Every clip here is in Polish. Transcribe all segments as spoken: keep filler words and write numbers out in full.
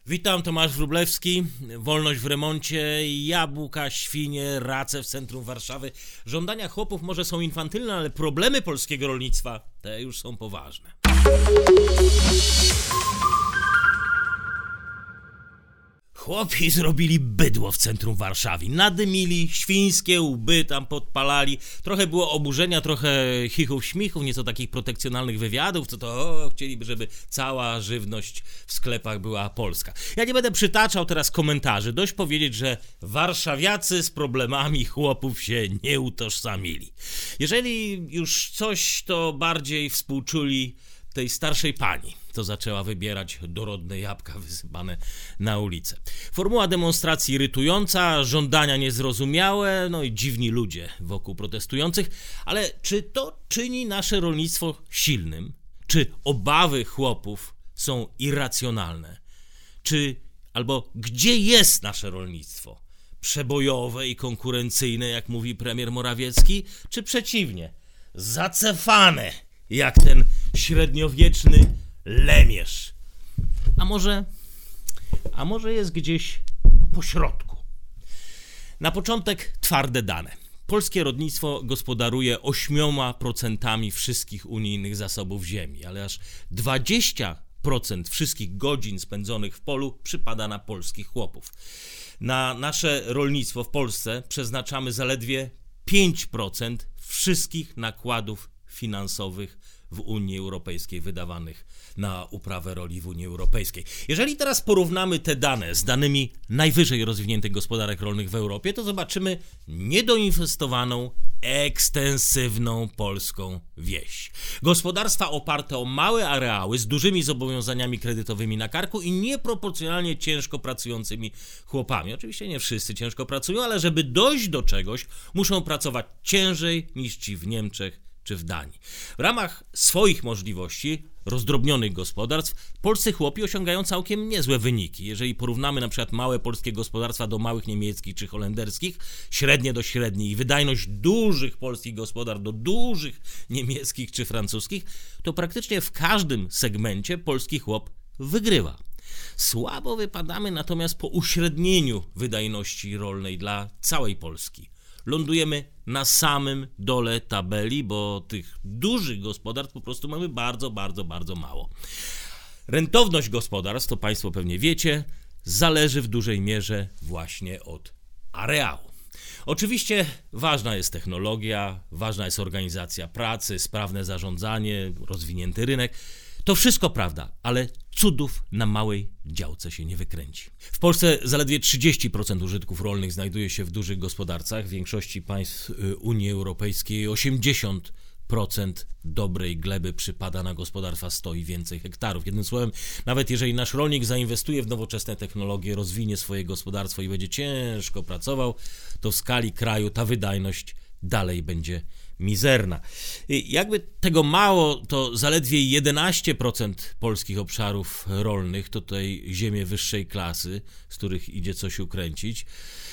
Witam, Tomasz Wróblewski, Wolność w remoncie, jabłka, świnie, race w centrum Warszawy. Żądania chłopów może są infantylne, ale problemy polskiego rolnictwa, te już są poważne. Chłopi zrobili bydło w centrum Warszawy. Nadymili, świńskie łby tam podpalali. Trochę było oburzenia, trochę chichów, śmichów, nieco takich protekcjonalnych wywiadów, co to o, chcieliby, żeby cała żywność w sklepach była polska. Ja nie będę przytaczał teraz komentarzy. Dość powiedzieć, że warszawiacy z problemami chłopów się nie utożsamili. Jeżeli już coś, to bardziej współczuli tej starszej pani, to zaczęła wybierać dorodne jabłka wysypane na ulicę. Formuła demonstracji irytująca, żądania niezrozumiałe, no i dziwni ludzie wokół protestujących, ale czy to czyni nasze rolnictwo silnym? Czy obawy chłopów są irracjonalne? Czy, albo gdzie jest nasze rolnictwo? Przebojowe i konkurencyjne, jak mówi premier Morawiecki, czy przeciwnie, zacefane, jak ten średniowieczny lemierz? A może, a może jest gdzieś po środku? Na początek twarde dane. Polskie rolnictwo gospodaruje ośmioma procentami wszystkich unijnych zasobów ziemi, ale aż dwadzieścia procent wszystkich godzin spędzonych w polu przypada na polskich chłopów. Na nasze rolnictwo w Polsce przeznaczamy zaledwie pięć procent wszystkich nakładów finansowych w Unii Europejskiej wydawanych na uprawę roli w Unii Europejskiej. Jeżeli teraz porównamy te dane z danymi najwyżej rozwiniętych gospodarek rolnych w Europie, to zobaczymy niedoinwestowaną, ekstensywną polską wieś. Gospodarstwa oparte o małe areały z dużymi zobowiązaniami kredytowymi na karku i nieproporcjonalnie ciężko pracującymi chłopami. Oczywiście nie wszyscy ciężko pracują, ale żeby dojść do czegoś, muszą pracować ciężej niż ci w Niemczech czy w Danii. W ramach swoich możliwości rozdrobnionych gospodarstw polscy chłopi osiągają całkiem niezłe wyniki. Jeżeli porównamy na przykład małe polskie gospodarstwa do małych niemieckich czy holenderskich, średnie do średniej i wydajność dużych polskich gospodarstw do dużych niemieckich czy francuskich, to praktycznie w każdym segmencie polski chłop wygrywa. Słabo wypadamy natomiast po uśrednieniu wydajności rolnej dla całej Polski. Lądujemy na samym dole tabeli, bo tych dużych gospodarstw po prostu mamy bardzo, bardzo, bardzo mało. Rentowność gospodarstw, to Państwo pewnie wiecie, zależy w dużej mierze właśnie od areału. Oczywiście ważna jest technologia, ważna jest organizacja pracy, sprawne zarządzanie, rozwinięty rynek. To wszystko prawda, ale cudów na małej działce się nie wykręci. W Polsce zaledwie trzydzieści procent użytków rolnych znajduje się w dużych gospodarstwach. W większości państw Unii Europejskiej osiemdziesiąt procent dobrej gleby przypada na gospodarstwa sto i więcej hektarów. Jednym słowem, nawet jeżeli nasz rolnik zainwestuje w nowoczesne technologie, rozwinie swoje gospodarstwo i będzie ciężko pracował, to w skali kraju ta wydajność dalej będzie mizerna. Jakby tego mało, to zaledwie jedenaście procent polskich obszarów rolnych to tutaj ziemie wyższej klasy, z których idzie coś ukręcić.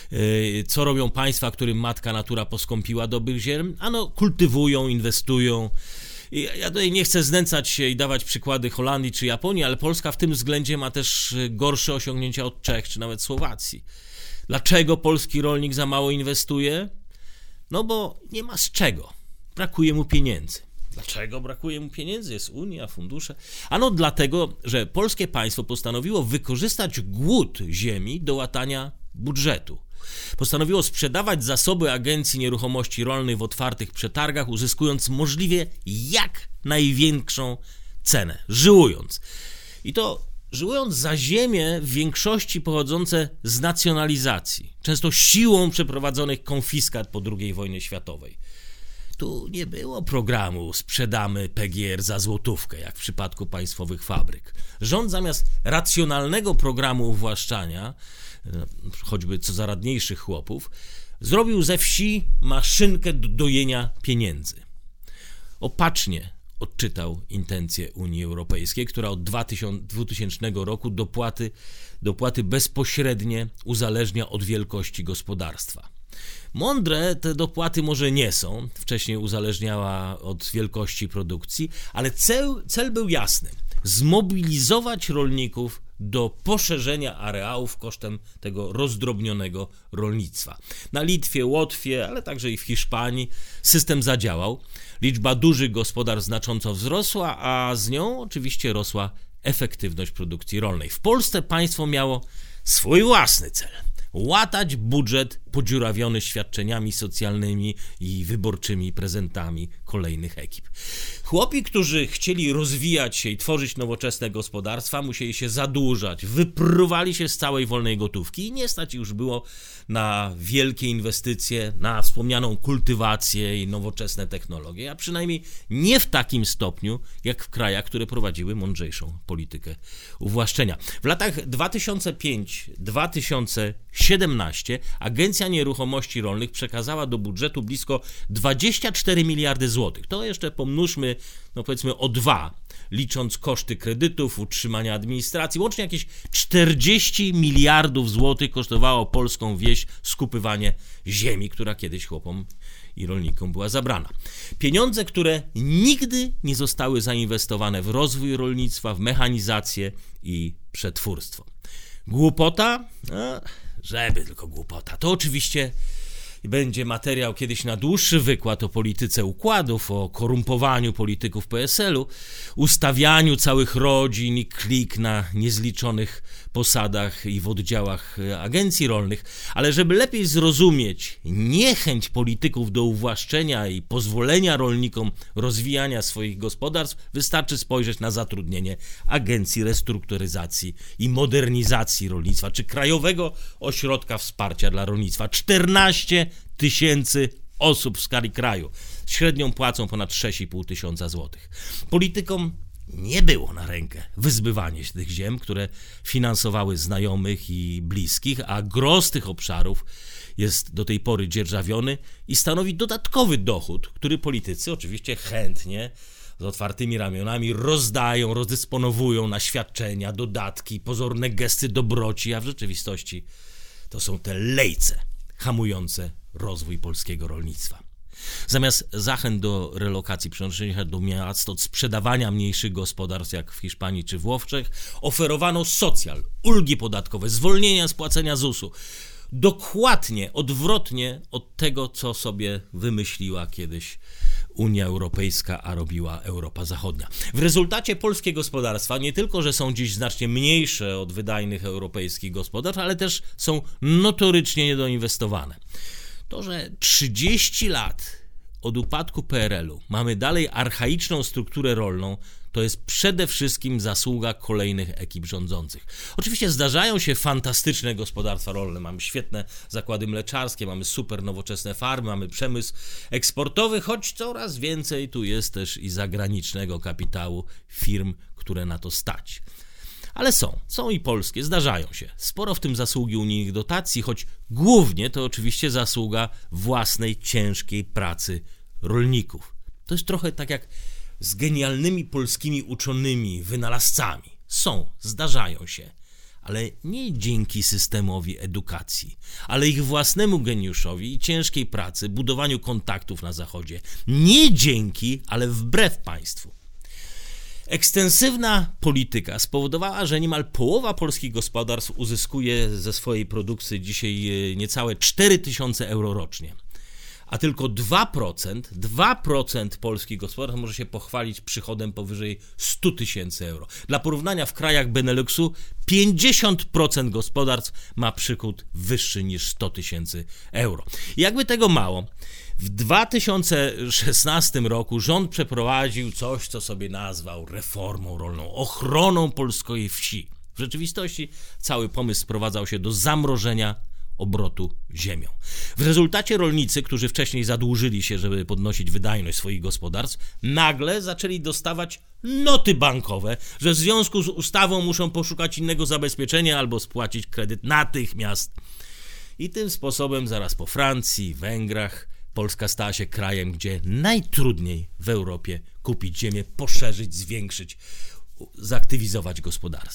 Co robią państwa, którym matka natura poskąpiła dobrych ziem? Ano, kultywują, inwestują. Ja tutaj nie chcę znęcać się i dawać przykłady Holandii czy Japonii, ale Polska w tym względzie ma też gorsze osiągnięcia od Czech czy nawet Słowacji. Dlaczego polski rolnik za mało inwestuje? No bo nie ma z czego. Brakuje mu pieniędzy. Dlaczego brakuje mu pieniędzy? Jest Unia, fundusze. Ano dlatego, że polskie państwo postanowiło wykorzystać głód ziemi do łatania budżetu. Postanowiło sprzedawać zasoby Agencji Nieruchomości Rolnych w otwartych przetargach, uzyskując możliwie jak największą cenę, żyłując. I to żyłując za ziemię w większości pochodzące z nacjonalizacji, często siłą przeprowadzonych konfiskat po drugiej wojnie światowej. Tu nie było programu sprzedamy P G R za złotówkę, jak w przypadku państwowych fabryk. Rząd zamiast racjonalnego programu uwłaszczania, choćby co zaradniejszych chłopów, zrobił ze wsi maszynkę do dojenia pieniędzy. Opacznie odczytał intencje Unii Europejskiej, która od dwutysięcznego roku dopłaty, dopłaty bezpośrednie uzależnia od wielkości gospodarstwa. Mądre te dopłaty może nie są, wcześniej uzależniała od wielkości produkcji, ale cel, cel był jasny: zmobilizować rolników do poszerzenia areałów kosztem tego rozdrobnionego rolnictwa. Na Litwie, Łotwie, ale także i w Hiszpanii system zadziałał. Liczba dużych gospodarstw znacząco wzrosła, a z nią oczywiście rosła efektywność produkcji rolnej. W Polsce państwo miało swój własny cel. Łatać budżet podziurawiony świadczeniami socjalnymi i wyborczymi prezentami kolejnych ekip. Chłopi, którzy chcieli rozwijać się i tworzyć nowoczesne gospodarstwa, musieli się zadłużać, wypruwali się z całej wolnej gotówki i nie stać już było na wielkie inwestycje, na wspomnianą kultywację i nowoczesne technologie, a przynajmniej nie w takim stopniu, jak w krajach, które prowadziły mądrzejszą politykę uwłaszczenia. W latach dwa tysiące piąty do dwa tysiące siedemnastego Agencja Nieruchomości Rolnych przekazała do budżetu blisko dwadzieścia cztery miliardy złotych. To jeszcze pomnóżmy, no powiedzmy o dwa, licząc koszty kredytów, utrzymania administracji. Łącznie jakieś czterdzieści miliardów złotych kosztowało polską wieś skupywanie ziemi, która kiedyś chłopom i rolnikom była zabrana. Pieniądze, które nigdy nie zostały zainwestowane w rozwój rolnictwa, w mechanizację i przetwórstwo. Głupota? No, żeby tylko głupota. To oczywiście będzie materiał kiedyś na dłuższy wykład o polityce układów, o korumpowaniu polityków P S L u, ustawianiu całych rodzin i klik na niezliczonych posadach i w oddziałach agencji rolnych, ale żeby lepiej zrozumieć niechęć polityków do uwłaszczenia i pozwolenia rolnikom rozwijania swoich gospodarstw, wystarczy spojrzeć na zatrudnienie Agencji Restrukturyzacji i Modernizacji Rolnictwa, czy Krajowego Ośrodka Wsparcia dla Rolnictwa. czternaście tysięcy osób w skali kraju. Średnią płacą ponad sześć i pół tysiąca złotych. Politykom nie było na rękę wyzbywanie się tych ziem, które finansowały znajomych i bliskich, a gros tych obszarów jest do tej pory dzierżawiony i stanowi dodatkowy dochód, który politycy oczywiście chętnie, z otwartymi ramionami rozdają, rozdysponowują na świadczenia, dodatki, pozorne gesty dobroci, a w rzeczywistości to są te lejce hamujące rozwój polskiego rolnictwa. Zamiast zachęt do relokacji, przenoszenia do miast, od sprzedawania mniejszych gospodarstw jak w Hiszpanii czy Włoszech, oferowano socjal, ulgi podatkowe, zwolnienia z płacenia zusu. Dokładnie odwrotnie od tego, co sobie wymyśliła kiedyś Unia Europejska, a robiła Europa Zachodnia. W rezultacie polskie gospodarstwa nie tylko, że są dziś znacznie mniejsze od wydajnych europejskich gospodarstw, ale też są notorycznie niedoinwestowane. To, że trzydzieści lat od upadku P R L u mamy dalej archaiczną strukturę rolną, to jest przede wszystkim zasługa kolejnych ekip rządzących. Oczywiście zdarzają się fantastyczne gospodarstwa rolne, mamy świetne zakłady mleczarskie, mamy super nowoczesne farmy, mamy przemysł eksportowy, choć coraz więcej tu jest też i zagranicznego kapitału, firm, które na to stać. Ale są, są i polskie, zdarzają się. Sporo w tym zasługi unijnych dotacji, choć głównie to oczywiście zasługa własnej, ciężkiej pracy rolników. To jest trochę tak jak z genialnymi polskimi uczonymi, wynalazcami. Są, zdarzają się, ale nie dzięki systemowi edukacji, ale ich własnemu geniuszowi i ciężkiej pracy, budowaniu kontaktów na Zachodzie. Nie dzięki, ale wbrew państwu. Ekstensywna polityka spowodowała, że niemal połowa polskich gospodarstw uzyskuje ze swojej produkcji dzisiaj niecałe cztery tysiące euro rocznie. A tylko dwa procent, dwa procent polskich gospodarstw może się pochwalić przychodem powyżej sto tysięcy euro. Dla porównania w krajach Beneluxu pięćdziesiąt procent gospodarstw ma przychód wyższy niż sto tysięcy euro. I jakby tego mało, w dwa tysiące szesnastym roku rząd przeprowadził coś, co sobie nazwał reformą rolną, ochroną polskiej wsi. W rzeczywistości cały pomysł sprowadzał się do zamrożenia obrotu ziemią. W rezultacie rolnicy, którzy wcześniej zadłużyli się, żeby podnosić wydajność swoich gospodarstw, nagle zaczęli dostawać noty bankowe, że w związku z ustawą muszą poszukać innego zabezpieczenia albo spłacić kredyt natychmiast. I tym sposobem zaraz po Francji, Węgrach, Polska stała się krajem, gdzie najtrudniej w Europie kupić ziemię, poszerzyć, zwiększyć, zaktywizować gospodarstwo.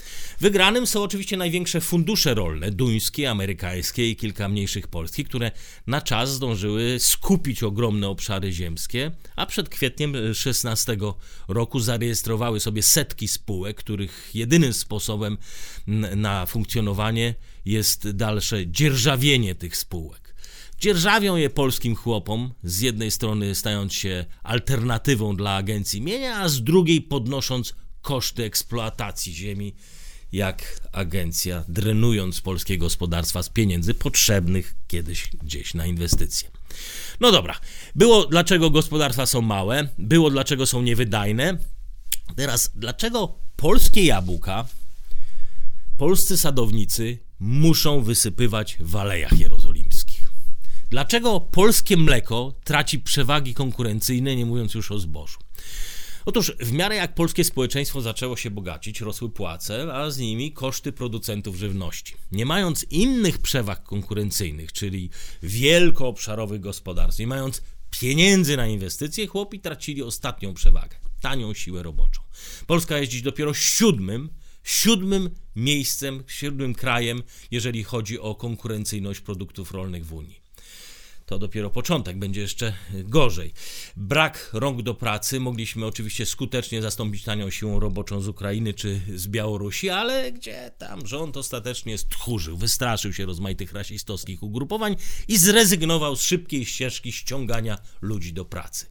Wygranym są oczywiście największe fundusze rolne, duńskie, amerykańskie i kilka mniejszych polskich, które na czas zdążyły skupić ogromne obszary ziemskie, a przed kwietniem szesnastego roku zarejestrowały sobie setki spółek, których jedynym sposobem na funkcjonowanie jest dalsze dzierżawienie tych spółek. Dzierżawią je polskim chłopom, z jednej strony stając się alternatywą dla agencji mienia, a z drugiej podnosząc koszty eksploatacji ziemi, jak agencja, drenując polskie gospodarstwa z pieniędzy potrzebnych kiedyś gdzieś na inwestycje. No dobra, było dlaczego gospodarstwa są małe, było dlaczego są niewydajne. Teraz dlaczego polskie jabłka, polscy sadownicy muszą wysypywać w Alejach Jerozolimskich? Dlaczego polskie mleko traci przewagi konkurencyjne, nie mówiąc już o zbożu? Otóż w miarę jak polskie społeczeństwo zaczęło się bogacić, rosły płace, a z nimi koszty producentów żywności. Nie mając innych przewag konkurencyjnych, czyli wielkoobszarowych gospodarstw, nie mając pieniędzy na inwestycje, chłopi tracili ostatnią przewagę, tanią siłę roboczą. Polska jest dziś dopiero siódmym, siódmym miejscem, siódmym krajem, jeżeli chodzi o konkurencyjność produktów rolnych w Unii. To dopiero początek, będzie jeszcze gorzej. Brak rąk do pracy mogliśmy oczywiście skutecznie zastąpić tanią siłą roboczą z Ukrainy czy z Białorusi, ale gdzie tam rząd ostatecznie stchórzył, wystraszył się rozmaitych rasistowskich ugrupowań i zrezygnował z szybkiej ścieżki ściągania ludzi do pracy.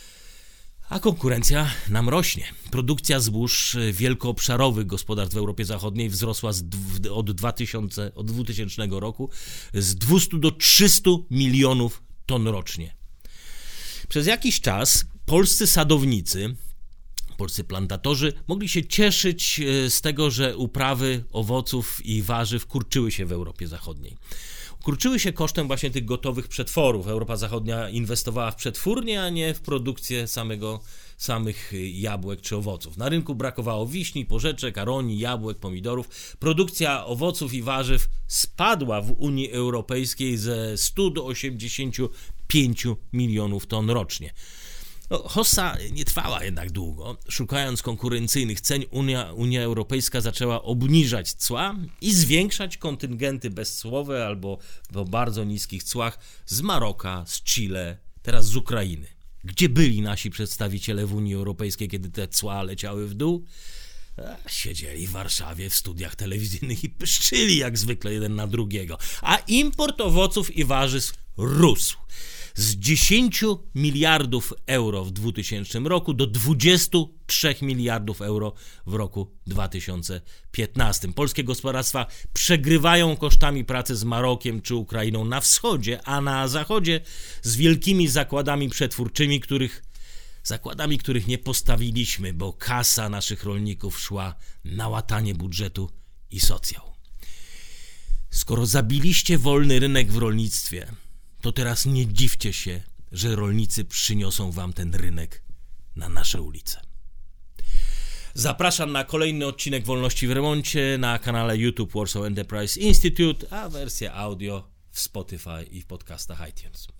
A konkurencja nam rośnie. Produkcja zbóż wielkoobszarowych gospodarstw w Europie Zachodniej wzrosła z, od, dwa tysiące, od dwutysięcznego roku z dwieście do trzystu milionów ton rocznie. Przez jakiś czas polscy sadownicy, polscy plantatorzy mogli się cieszyć z tego, że uprawy owoców i warzyw kurczyły się w Europie Zachodniej. Kurczyły się kosztem właśnie tych gotowych przetworów. Europa Zachodnia inwestowała w przetwórnie, a nie w produkcję samego, samych jabłek czy owoców. Na rynku brakowało wiśni, porzeczek, aronii, jabłek, pomidorów. Produkcja owoców i warzyw spadła w Unii Europejskiej ze stu do osiemdziesięciu pięciu milionów ton rocznie. No, hossa nie trwała jednak długo. Szukając konkurencyjnych cen, Unia, Unia Europejska zaczęła obniżać cła i zwiększać kontyngenty bezcłowe albo po bardzo niskich cłach z Maroka, z Chile, teraz z Ukrainy. Gdzie byli nasi przedstawiciele w Unii Europejskiej, kiedy te cła leciały w dół? A, siedzieli w Warszawie w studiach telewizyjnych i pyszczyli jak zwykle jeden na drugiego. A import owoców i warzyw rósł. Z dziesięciu miliardów euro w dwutysięcznym roku do dwudziestu trzech miliardów euro w roku dwa tysiące piętnastym. Polskie gospodarstwa przegrywają kosztami pracy z Marokiem czy Ukrainą na wschodzie, a na zachodzie z wielkimi zakładami przetwórczymi, których zakładami, których nie postawiliśmy, bo kasa naszych rolników szła na łatanie budżetu i socjał. Skoro zabiliście wolny rynek w rolnictwie, to teraz nie dziwcie się, że rolnicy przyniosą wam ten rynek na nasze ulice. Zapraszam na kolejny odcinek Wolności w Remoncie na kanale YouTube Warsaw Enterprise Institute, a wersja audio w Spotify i w podcastach iTunes.